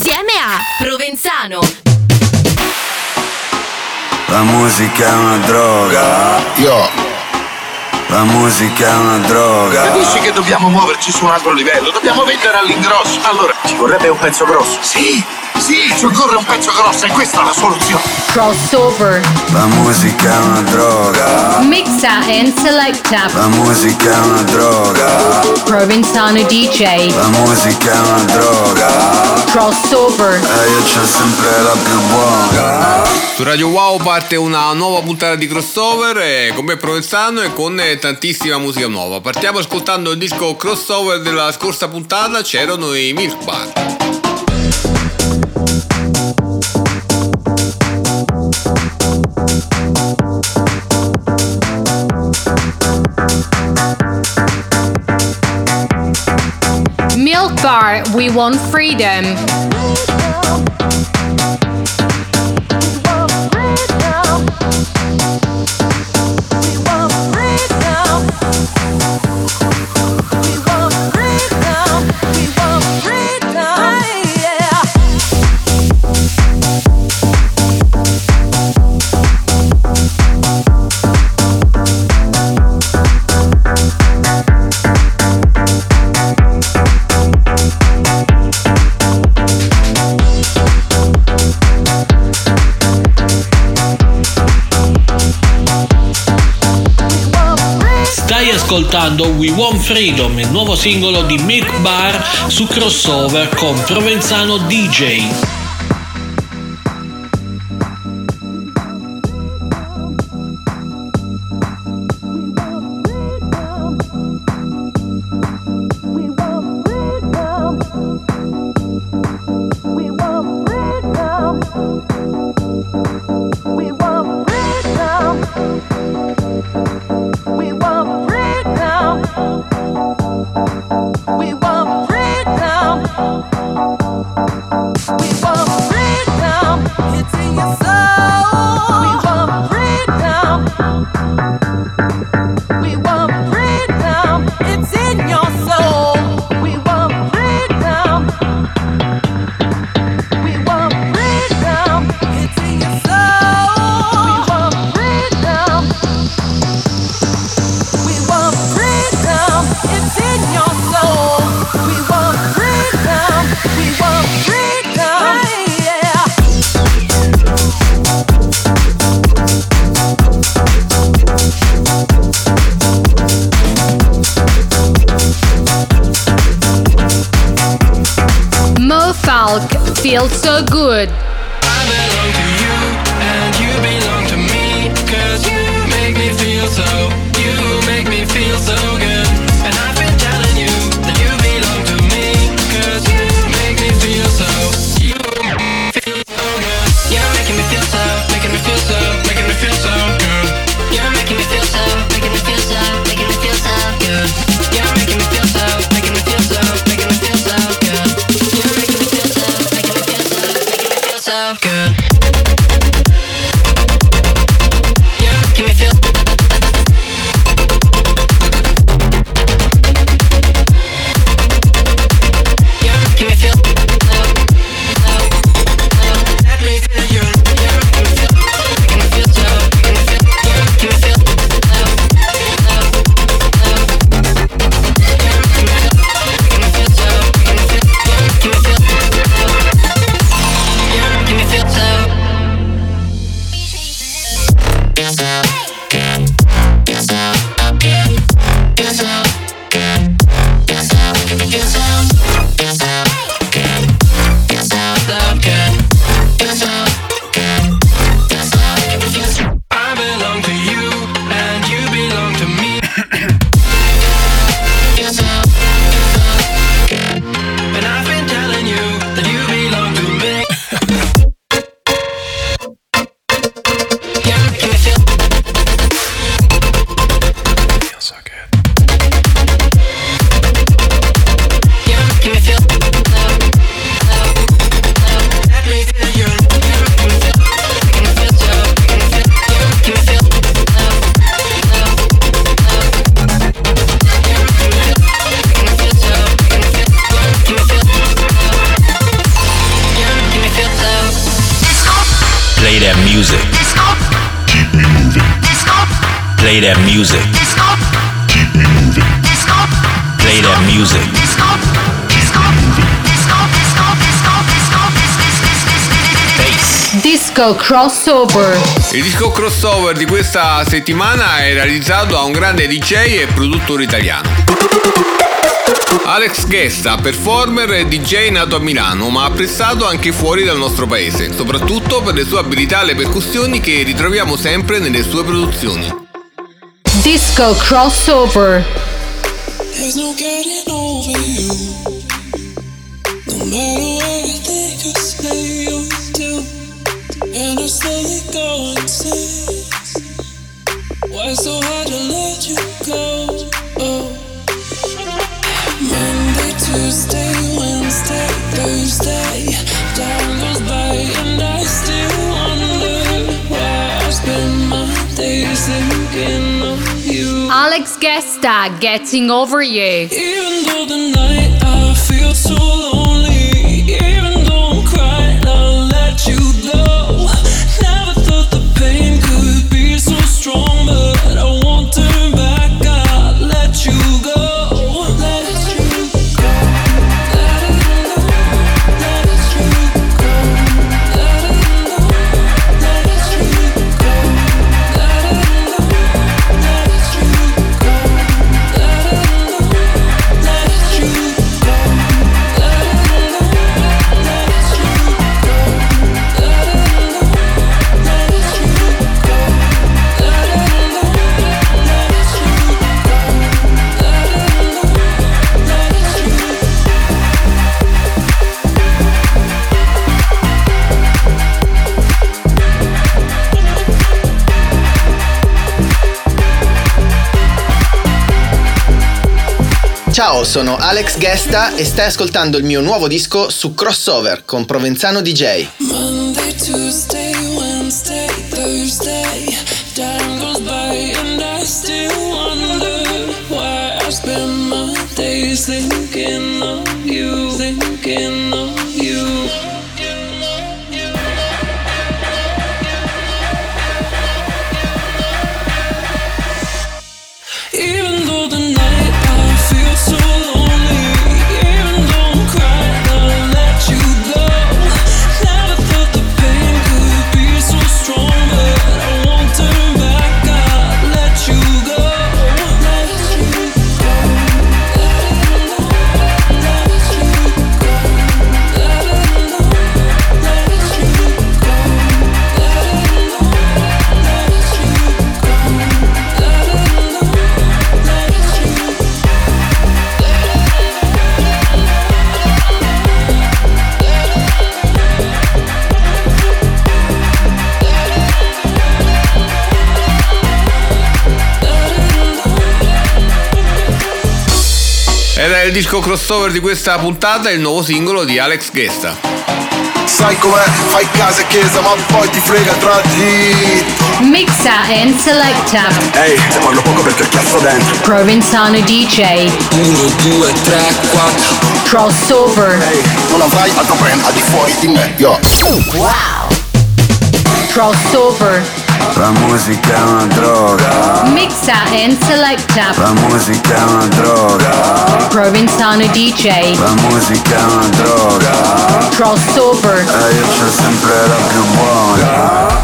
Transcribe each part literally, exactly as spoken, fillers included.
insieme a Provenzano. La musica è una droga. Io La musica è una droga. Capisci che dobbiamo muoverci su un altro livello? Dobbiamo vendere all'ingrosso. Allora, ci vorrebbe un pezzo grosso. Sì, sì, ci occorre un pezzo grosso e questa è la soluzione. Crossover. La musica è una droga. Mixa and selecta. La musica è una droga. Provenzano D J. La musica è una droga. Crossover. E io c'ho sempre la più buona. Su Radio Wow parte una nuova puntata di Crossover eh, con me Provenzano e con eh, tantissima musica nuova. Partiamo ascoltando il disco Crossover della scorsa puntata, c'erano i Milk Bar. Milk Bar, we want freedom. Stai ascoltando We Want Freedom, il nuovo singolo di Milk Bar su Crossover con Provenzano D J. Feels so good. I belong to you and you belong to me, 'cause you make me feel so, you make me feel so good. And I've been telling you that you belong to me, 'cause you make me feel so, you feel so good. You're making me feel so, making me feel so, making me feel so good. You're making me feel so, making me feel so, making me feel so good. You're making me feel so, making me feel so, making me feel so good. You're making me feel so, making me feel so, making me feel so good. You're making me feel that music. Keep me moving. Play that music. Keep me moving. Play that music. Disco Crossover. Il disco crossover di questa settimana è realizzato da un grande D J e produttore italiano. Alex Guesta, performer e D J nato a Milano, ma apprezzato anche fuori dal nostro paese, soprattutto per le sue abilità alle percussioni che ritroviamo sempre nelle sue produzioni. Disco Crossover. There's no getting over you. No matter what I think or say or do, and I slowly go insane. Why so hard to let you go? Oh. Monday, Tuesday, Wednesday, Thursday, time goes by and I still wonder why I spend my days thinking of you. Alex Guesta, Getting Over You. Even though the night I feel so lonely, even though I'm crying, I'll let you go. Never thought the pain could be so strong, but I won't turn back, I'll let you go. Ciao, sono Alex Guesta e stai ascoltando il mio nuovo disco su Crossover con Provenzano D J. Monday, Tuesday, Wednesday, Thursday, time goes by and I still wonder why I spend my days thinking of you, thinking of you. Even though the night I feel so lonely, even though I'm crying, I'll let you go. Never thought the pain could be so strong, but I won't turn back, I'll let you go. Let you go. Let you go. Let you go. Let you go. Let you go. Era il disco crossover di questa puntata, il nuovo singolo di Alex Guesta. Sai com'è, fai casa e chiesa ma poi ti frega tra di. Mixa and Selecta. Ehi, te parlo poco perché cazzo dentro. Provenzano D J. uno, due, tre, quattro. Crossover. Ehi, non avrai altro brand al di fuori di me, yo. Wow. Crossover. La musica è una droga. Mixa and Selecta. La musica è una droga. Provenzano D J. La musica è una droga. Crossover. E io c'ho sempre la più buona.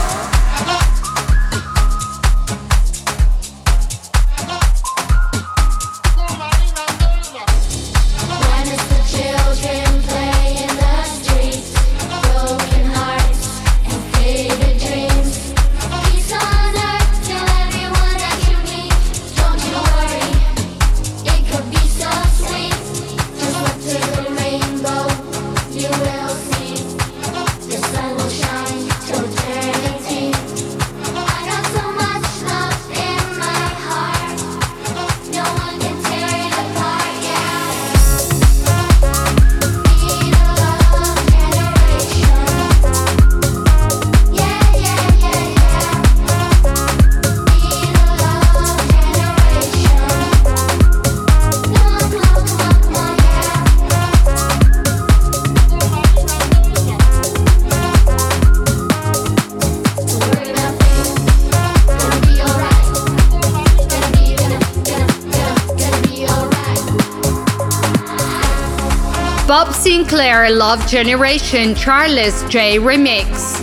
You will see the sun will shine, so turn it Bob Sinclair Love Generation Charles J Remix.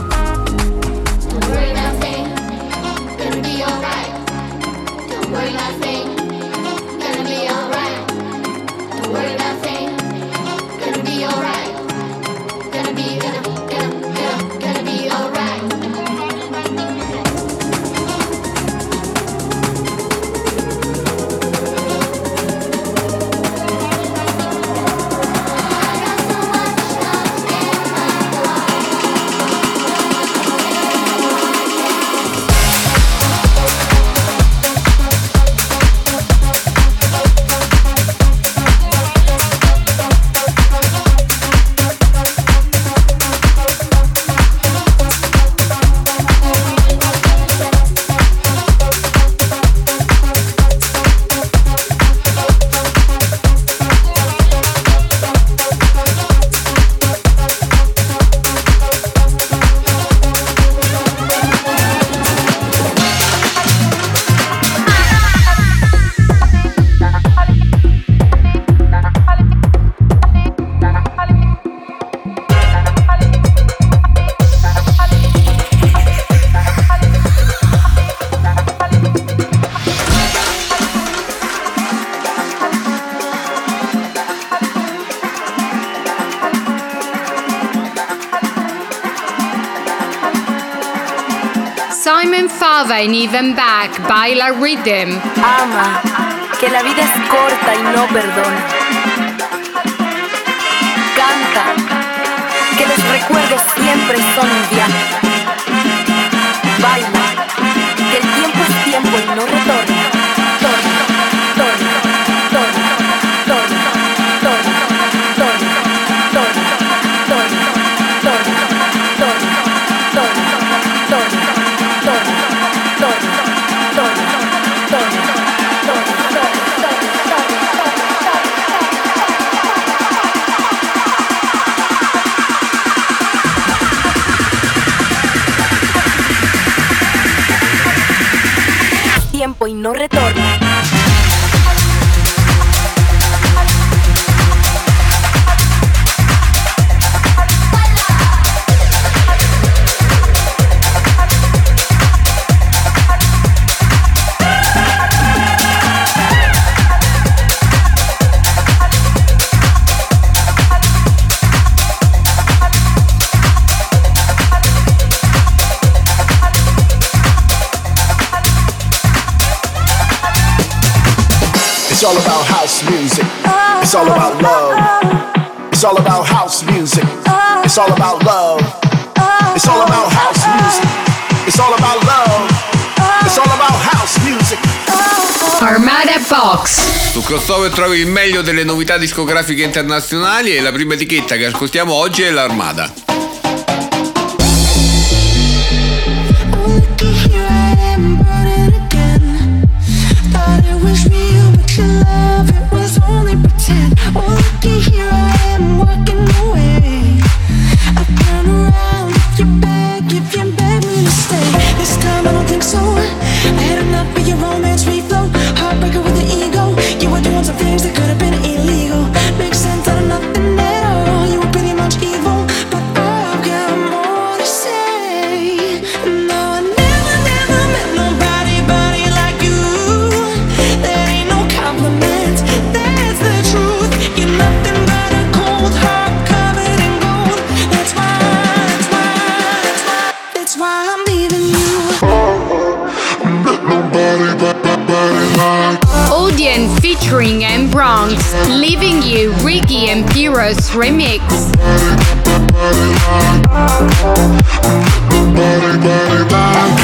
Simon Fava in Even Back, Baila Rhythm. Ama, que la vida es corta y no perdona. Canta, que los recuerdos siempre son un viaje. Baila, que el tiempo es tiempo y no retorna. Torna, torna, torna, torna, torna, torna, torna, torna, torna, torna, torna, torna. Tiempo y no retorna. It's all about house music. It's all about love. It's all about house music. It's all about love. It's all about house music. It's all about love. It's all about house music. Armada Box. Su Crossover trovi il meglio delle novità discografiche internazionali e la prima etichetta che ascoltiamo oggi è l'Armada. Love, it was only pretend. Oh, looky here, I am walking away. I turn around if you beg, if you beg me to stay. This time I don't think so. I had enough of your romance reflow. Heartbreaker with the ego. You were doing some things that could have been illegal. Makes sense out of nothing at all. You were pretty much evil, but I've got more to say. No, I never, never met nobody, body like you. There ain't no compliment, that's the truth. You're nothing but a cold heart covered in gold. That's why, that's why, that's why, that's why I'm leaving you. Nobody, nobody like. Audien featuring M Bronx, Leaving You, Ricky and Piros Remix. Nobody, nobody like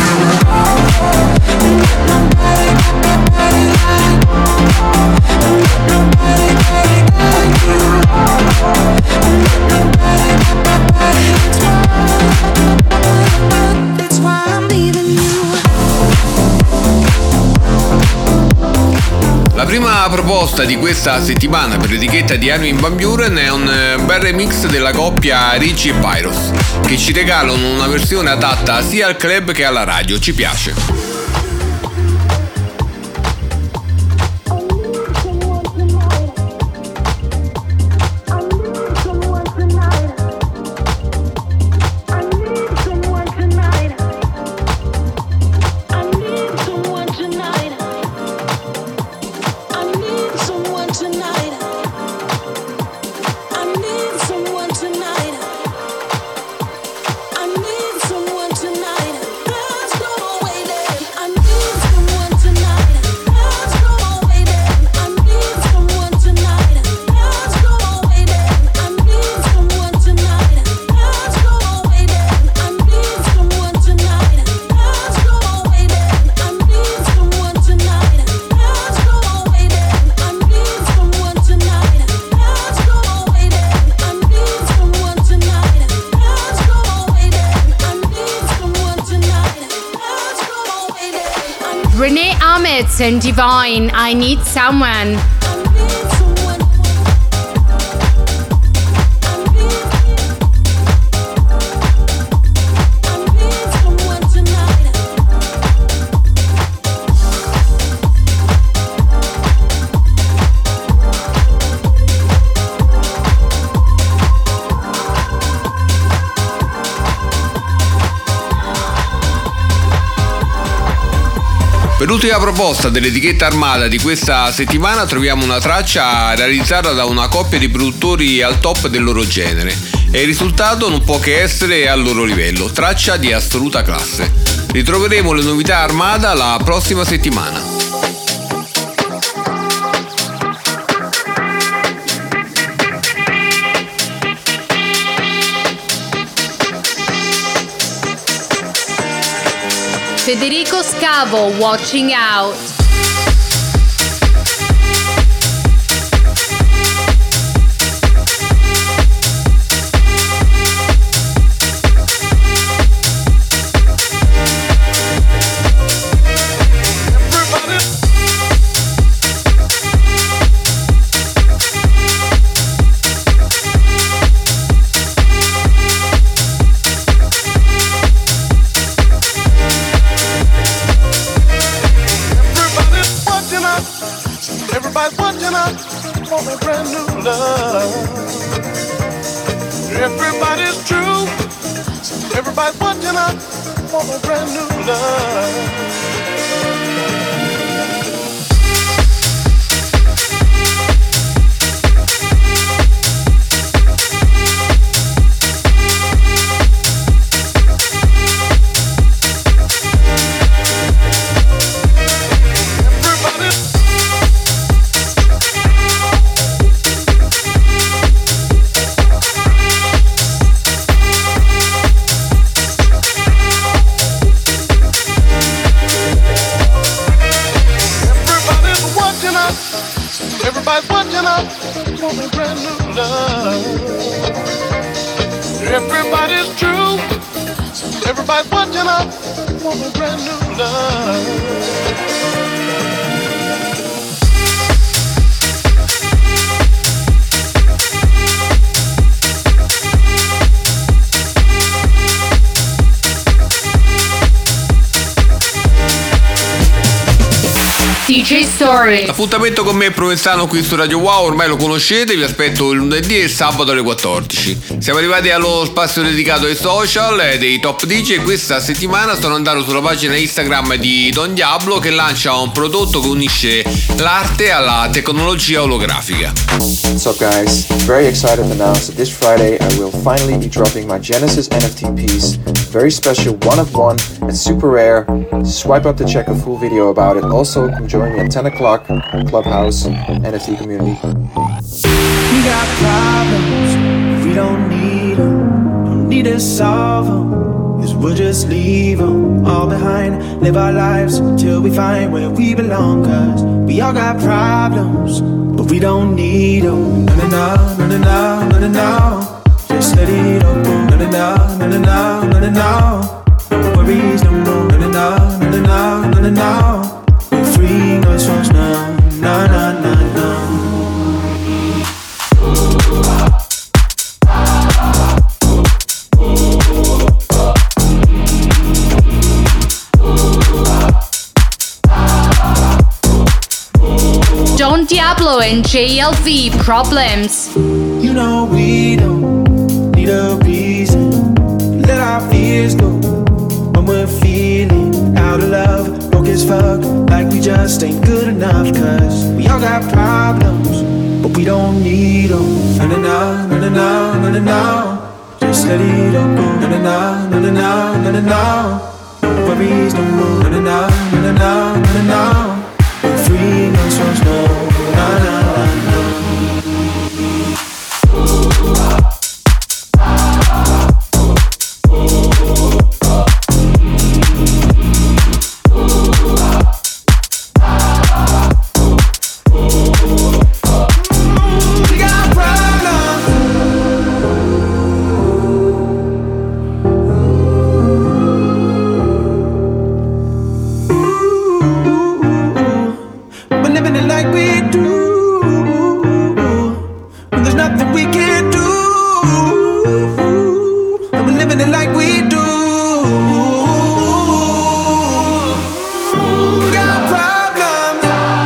That's why I'm leaving you. La prima proposta di questa settimana per l'etichetta di Armin van Buuren è un bel remix della coppia Richie e Pyros, che ci regalano una versione adatta sia al club che alla radio. Ci piace. I quiet and divine. I need someone. Per l'ultima proposta dell'etichetta Armada di questa settimana troviamo una traccia realizzata da una coppia di produttori al top del loro genere e il risultato non può che essere al loro livello, traccia di assoluta classe. Ritroveremo le novità Armada la prossima settimana. Federico Scavo, Watching Out. Everybody's true. Everybody's watching up for a brand new love. Everybody's watching up for a brand new love. Everybody's true. Everybody's watching up for a brand new love. D J Story. L'appuntamento con me Provenzano qui su Radio Wow, ormai lo conoscete, vi aspetto il lunedì e il sabato alle quattordici. Siamo arrivati allo spazio dedicato ai social e dei top D J. Questa settimana sono andato sulla pagina Instagram di Don Diablo che lancia un prodotto che unisce l'arte alla tecnologia olografica. What's up guys? Very excited to announce that this Friday I will finally be dropping my Genesis N F T piece. Very special, one of one and super rare. Swipe up to check a full video about it. Also come join me at ten o'clock Clubhouse N F T community. We got problems, we don't need them. Don't need to solve them, cause we'll just leave them all behind. Live our lives till we find where we belong. Cause we all got problems, but we don't need them. No, no, no, no, no, no, no, no. Just let it all go. No, no, no, no, no, no, no, no, no. No worries no more. No, no, no, no, no, no, no, no, no. We're free, no songs now. No, no, no, no. Don Diablo and J L V, Problems. You know we don't need a reason. Let our fears go when we're feeling out of love. Broke as fuck, like we just ain't good enough. Cause we all got problems, but we don't need them. No, no, no, no, no, no, no, no. Just let it all go. No, no, no, no, no, no, no, no, no. No worries no more. No, no, no, no, no, no, no, no. We're free, no songs, no. No, no, no, no. nothing we can't do. And we're living it like we do. We got problems.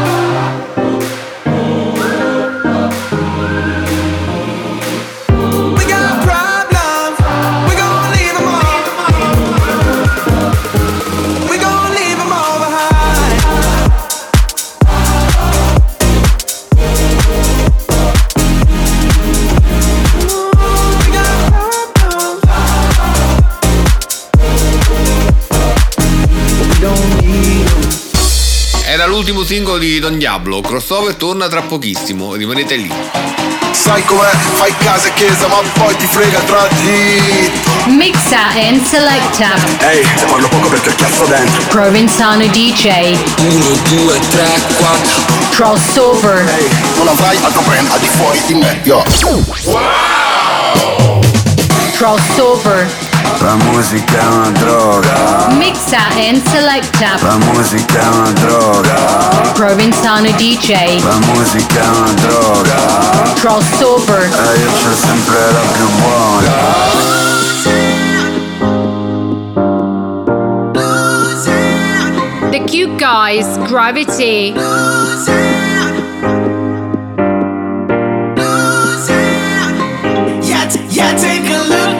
We got problems. We gon' leave them all. We gon' leave them all behind. Era l'ultimo singolo di Don Diablo, Crossover torna tra pochissimo, rimanete lì. Sai com'è, fai casa e chiesa ma poi ti frega tra di. Mixa and selecta. Ehi, se parlo poco perché ho chiasso dentro. Provenzano D J. Uno, due, tre, quattro. Crossover. Ehi, non avrai altro brand al di fuori di me, yo. Wow. Crossover. La musica è una droga. Mixa and selecta. La musica è una droga. Provenzano D J. La musica è una droga. Crossover. E io c'ho sempre la più buona. The Cute Guys, Gravity. Yeah, t- yeah, take a look.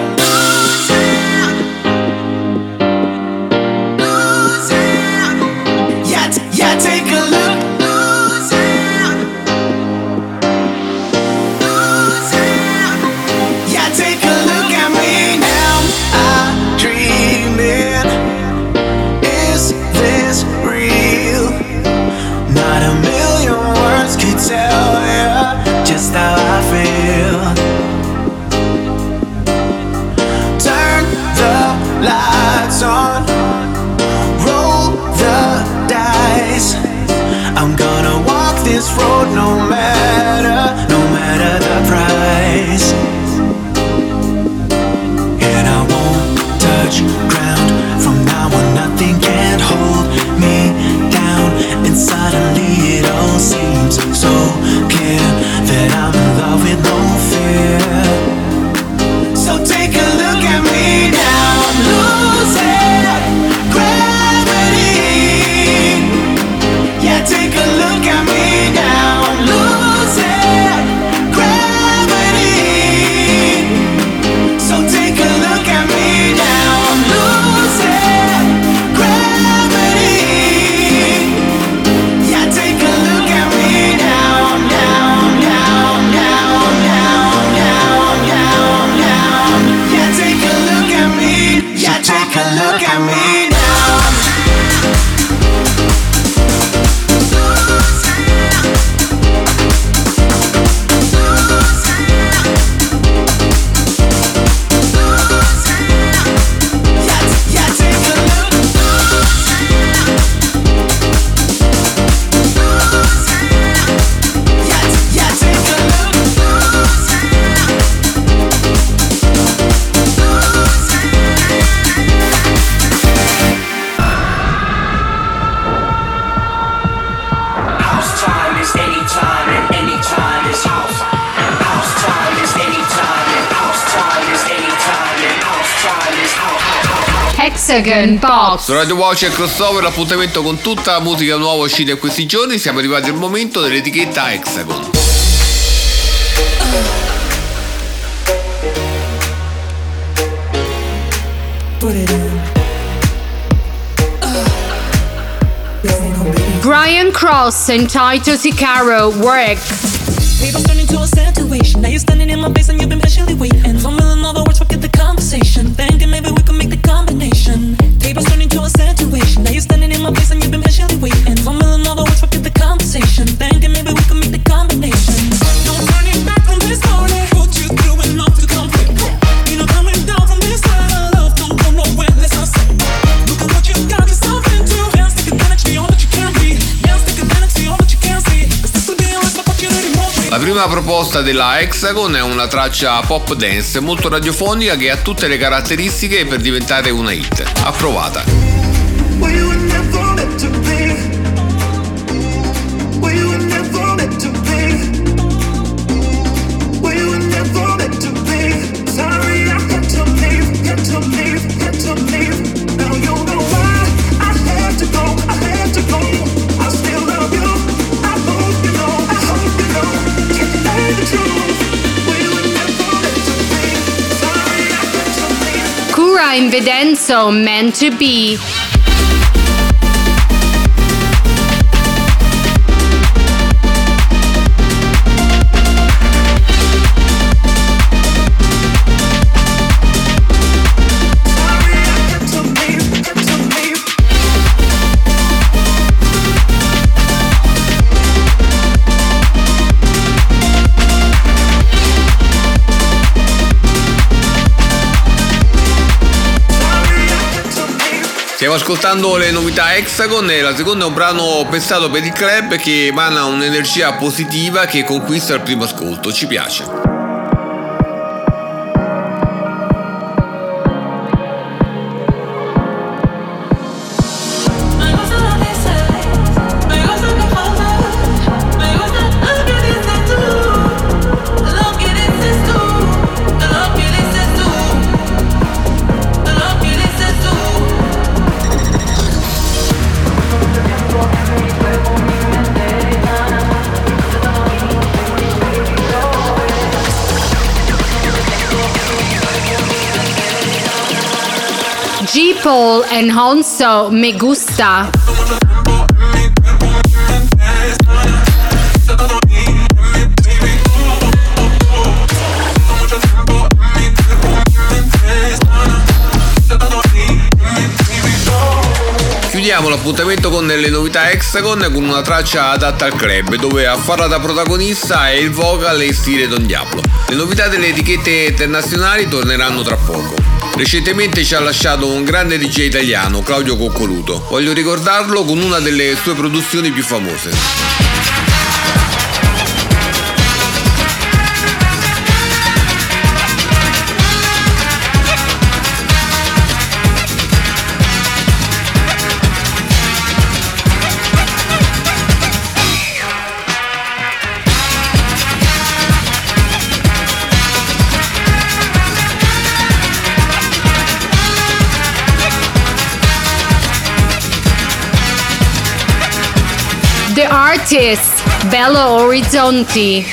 Yeah, t- yeah, take a look. Yeah, take a look at me now. I'm dreaming. Is this real? Not a million words could tell ya just how I feel. Turn the lights on, roll the dice. I'm gonna walk this road no matter, no matter the price. And I won't touch ground. From now on nothing can hold me down. And suddenly it all seems so clear that I'm in love with no fear. So take a look at me now, I'm losing gravity. Yeah, take a look at me now, I'm losing gravity. So take a look at me now, I'm losing gravity. Yeah, take a look at me now, now, now, now, now, now, now, now. Yeah, take a look at me. Yeah, take a look at me now. Yeah, take a look. Yeah, yeah, take a look. House time is any time and any time is house. House time is any time and house time is any time and house time is house. Hexagon Box. Su Radio Watch e Crossover l'appuntamento con tutta la musica nuova uscita in questi giorni. Siamo arrivati al momento dell'etichetta Hexagon. Brian Cross and Tito Sicaro, Work. Tables turned into a situation. Now you're standing in my face and you've been patiently waiting. One million other words, forget the conversation. Thinking maybe we could make the combination. Tables turned into a situation. Now you're standing in my face and you've been patiently waiting. One million other words, forget the conversation. Thinking maybe we could make the combination. No turning back from this morning. Put you through enough to complete. You know coming down from this side of love. Don't go nowhere, let's not say. Look at what you got yourself into. Can't stick advantage to all that you can be. Can't stick advantage to all that you can see. Cause this will be a life of opportunity more. La prima proposta della Hexagon è una traccia pop dance molto radiofonica che ha tutte le caratteristiche per diventare una hit. Approvata. Where you were never meant to be. Where you Invedenzo, Meant to Be. Stiamo ascoltando le novità Hexagon e la seconda è un brano pensato per il club che emana un'energia positiva che conquista il primo ascolto, ci piace. G-Paul and Honso, Me Gusta. Chiudiamo l'appuntamento con le novità Hexagon con una traccia adatta al club dove a farla da protagonista è il vocal in stile Don Diablo. Le novità delle etichette internazionali torneranno tra poco. Recentemente ci ha lasciato un grande D J italiano, Claudio Coccoluto. Voglio ricordarlo con una delle sue produzioni più famose. The Artist, Bello Orizzonti.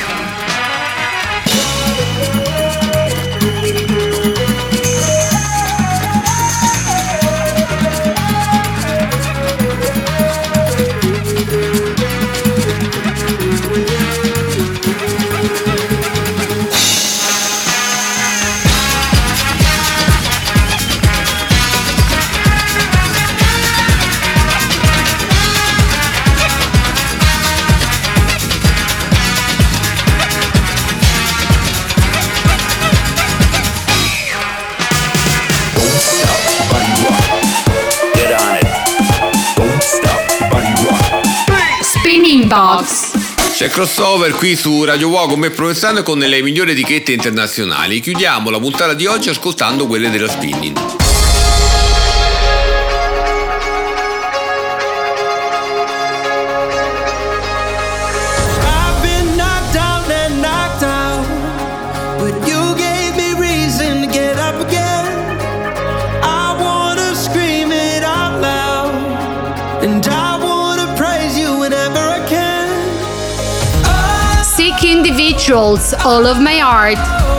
Box. C'è crossover qui su Radio Wow con me Provenzano e con le migliori etichette internazionali. Chiudiamo la puntata di oggi ascoltando quelle della Spinning. Individuals, All of My Heart.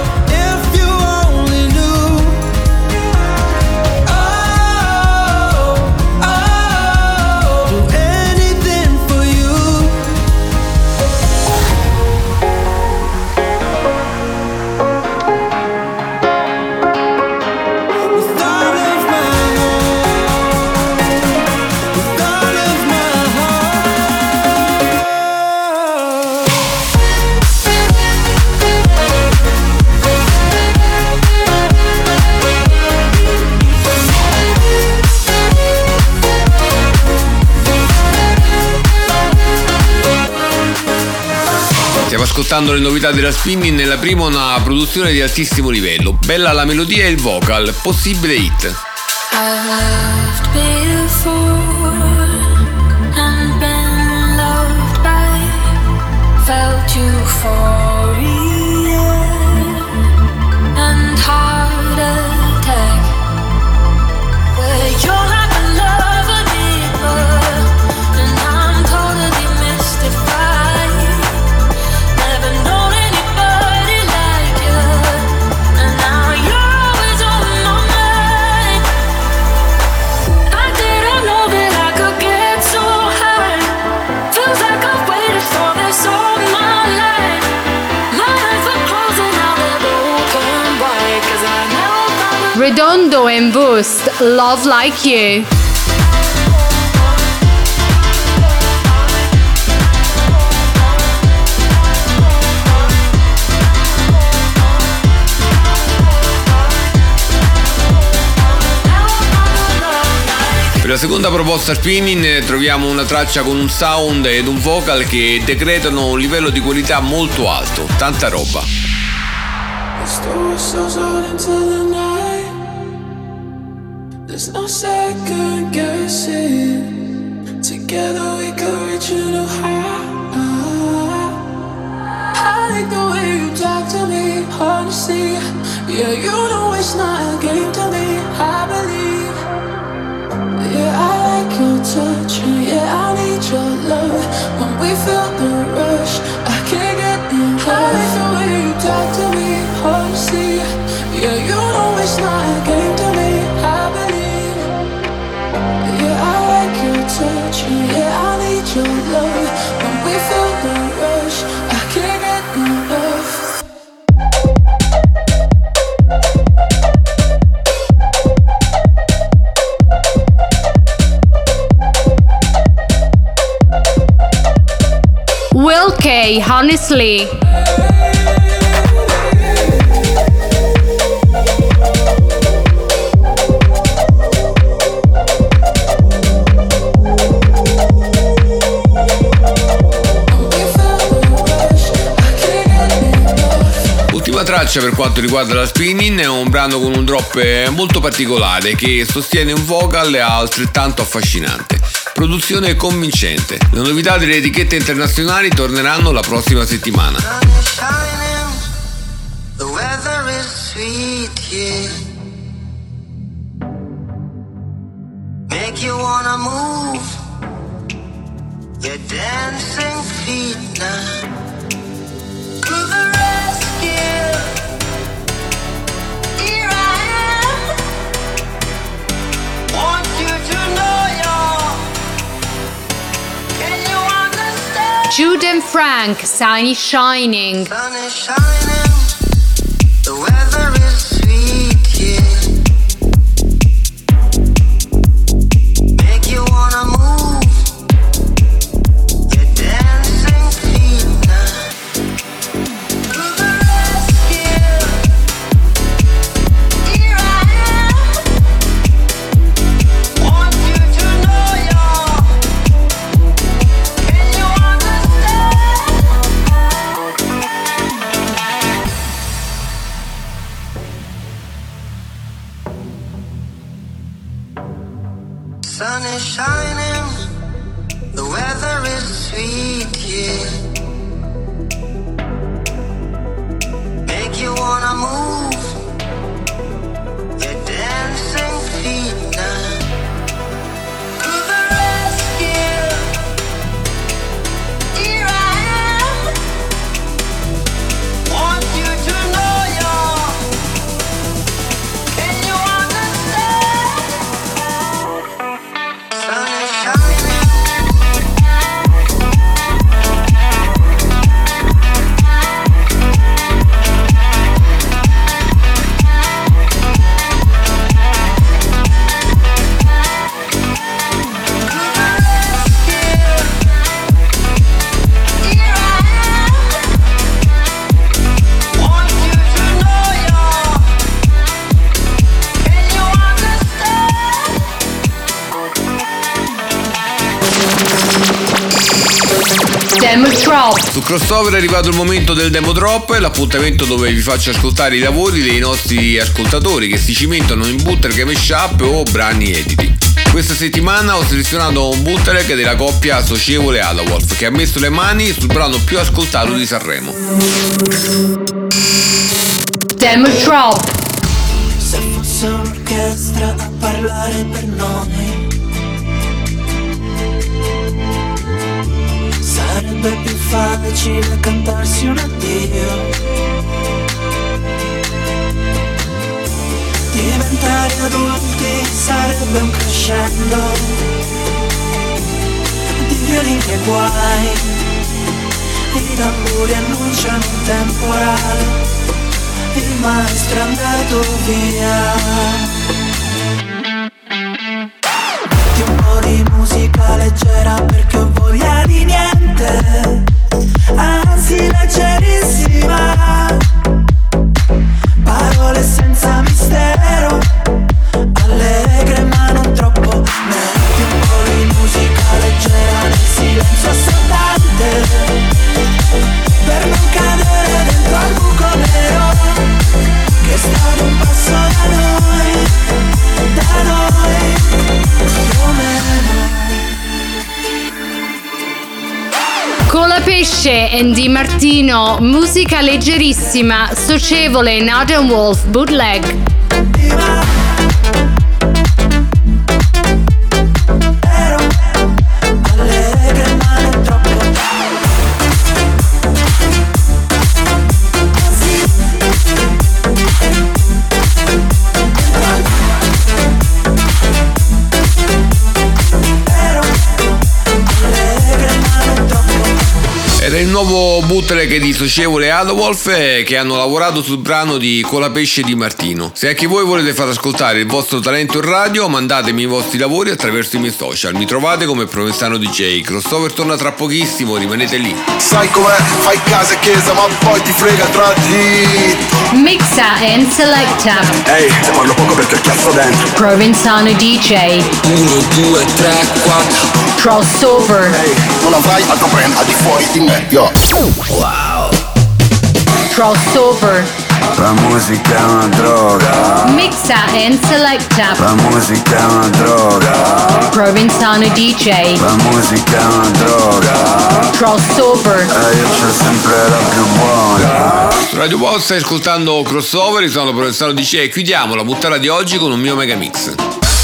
Ascoltando le novità della Spinning, nella prima una produzione di altissimo livello. Bella la melodia e il vocal, possibile hit. Now you're always on my mind. Redondo and Boost, Love Like You. Per la seconda proposta spinning troviamo una traccia con un sound ed un vocal che decretano un livello di qualità molto alto, tanta roba. There's no second guessing. Together we could reach a new high. I like the way you talk to me, honestly. Yeah, you know it's not a game to me, I believe. Yeah, I like your touch, and yeah, I need your love. When we feel the rush, I can't get enough. I like the way you talk to me, honestly. Yeah, you know it's not a game to me, I believe. Yeah, I like your touch, and yeah, I need your love. When we feel the rush, I can't get enough. Will K, Honestly. Ultima traccia per quanto riguarda la spinning è un brano con un drop molto particolare che sostiene un vocal altrettanto affascinante. Produzione convincente. Le novità delle etichette internazionali torneranno la prossima settimana. The weather is sweet, yeah. Make you wanna move. Your dancing feet now. To the rescue. Here I am. Want you to know you're. Can you understand? Jude and Frank, Sunny Shining. Sun is shining. The weather is sweet, yeah. Make you wanna move. Your dancing feet now. To the rescue. Here I am. Want you to know you're. Can you understand? Sun is shining, the weather is sweet, yeah. Make you wanna move. Your dancing feet now. To the rescue. Here I am. Want you to know you're. Can you understand? Sun is shining. Demo Drop. Su Crossover è arrivato il momento del Demo Drop, l'appuntamento dove vi faccio ascoltare i lavori dei nostri ascoltatori che si cimentano in bootleg, mashup o brani editi. Questa settimana ho selezionato un bootleg della coppia socievole Adawolf che ha messo le mani sul brano più ascoltato di Sanremo. Demo Drop. Se fosse un'orchestra a parlare per noi, sarebbe più facile cantarsi un addio. Diventare adulti sarebbe un crescendo di violini e guai. I tamburi annunciano un temporale vederti maestro è andato via. Metti un po' di musica leggera perché ho voglia di niente, anzi leggerissima. Parole senza mistero, allegre ma non troppo. Metti un po' di musica leggera nel silenzio assordante, per non cadere dentro al buco nero che è stato un passo da noi, da noi, più o meno. Colapesce e Di Martino, musica leggerissima, socievole Northern Wolf bootleg. Era il nuovo bootleg di Socievole e Adolf che hanno lavorato sul brano di Colapesce Di Martino. Se anche voi volete far ascoltare il vostro talento in radio, mandatemi i vostri lavori attraverso i miei social. Mi trovate come Provenzano D J. Crossover torna tra pochissimo, rimanete lì. Sai com'è? Fai casa e chiesa ma poi ti frega tra di. Mixa and selecta. Ehi, hey, se parlo poco perché cazzo dentro. Provenzano D J. uno, due, tre, quattro. Crossover. Ehi, hey, non avrai altro brand al di fuori di me, yo. Wow. Crossover. La musica è una droga. Mixa and selecta. La musica è una droga. Provenzano D J. La musica è una droga. Crossover. E io c'ho sempre la più buona. Su Radio Boss stai ascoltando Crossover, io sono Provenzano D J e chiudiamo la puntata di oggi con un mio mega mix.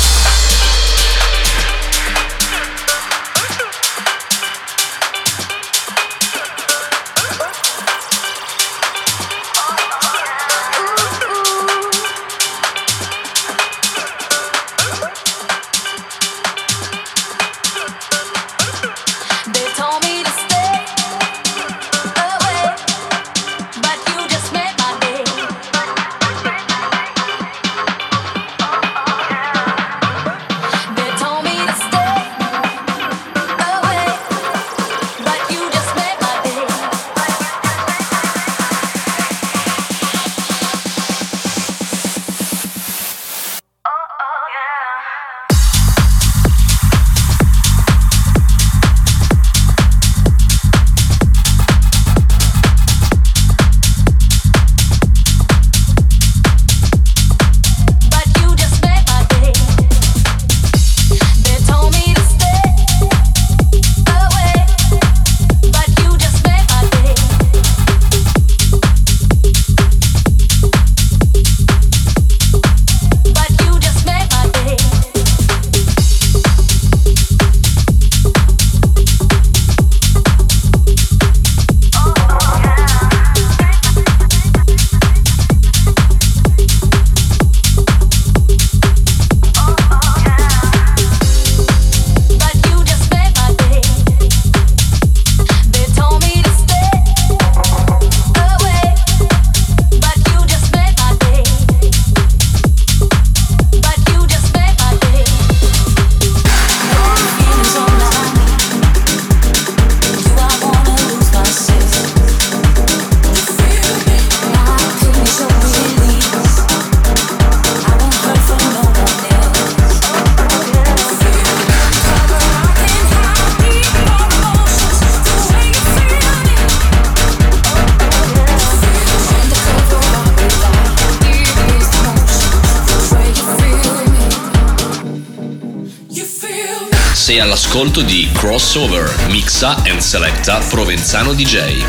Sei all'ascolto di Crossover, mixa and selecta Provenzano D J.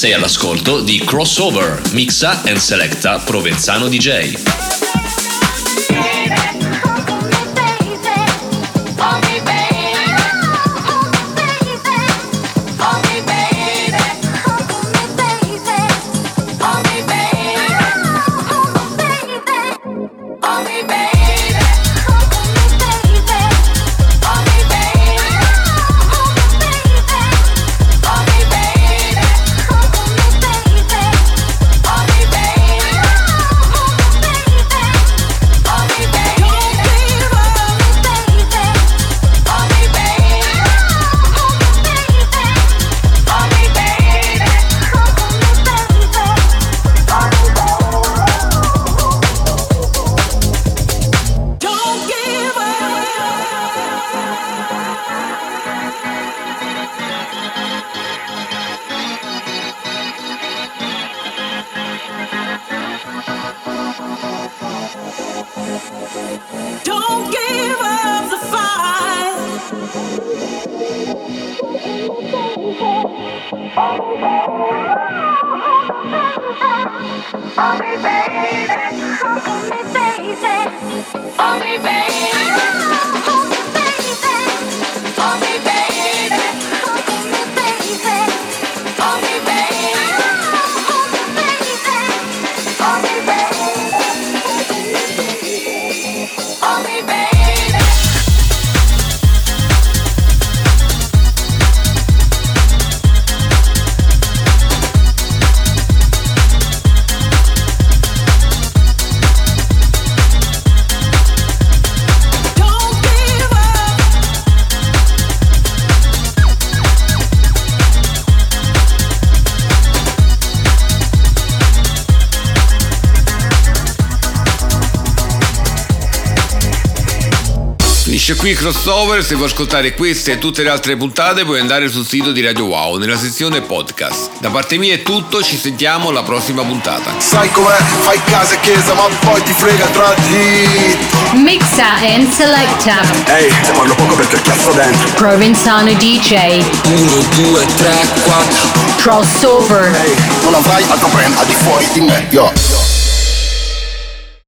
Sei all'ascolto di Crossover, mixa and selecta Provenzano D J. Don't give up the fight. On me, baby. On me, baby. On me, baby. On me, baby. On me, baby. On me, baby. On me, baby. Finisce qui Crossover. Se vuoi ascoltare queste e tutte le altre puntate puoi andare sul sito di Radio Wow nella sezione podcast. Da parte mia è tutto, ci sentiamo alla prossima puntata. Sai com'è, fai casa e chiesa ma poi ti frega tra dritto. Mixa and selecta. Ehi, hey, parlo poco perché chiasso dentro. Provenzano D J. Uno, due, tre, quattro. Crossover. Ehi, hey, non avrai altro brand al di fuori di me, yo.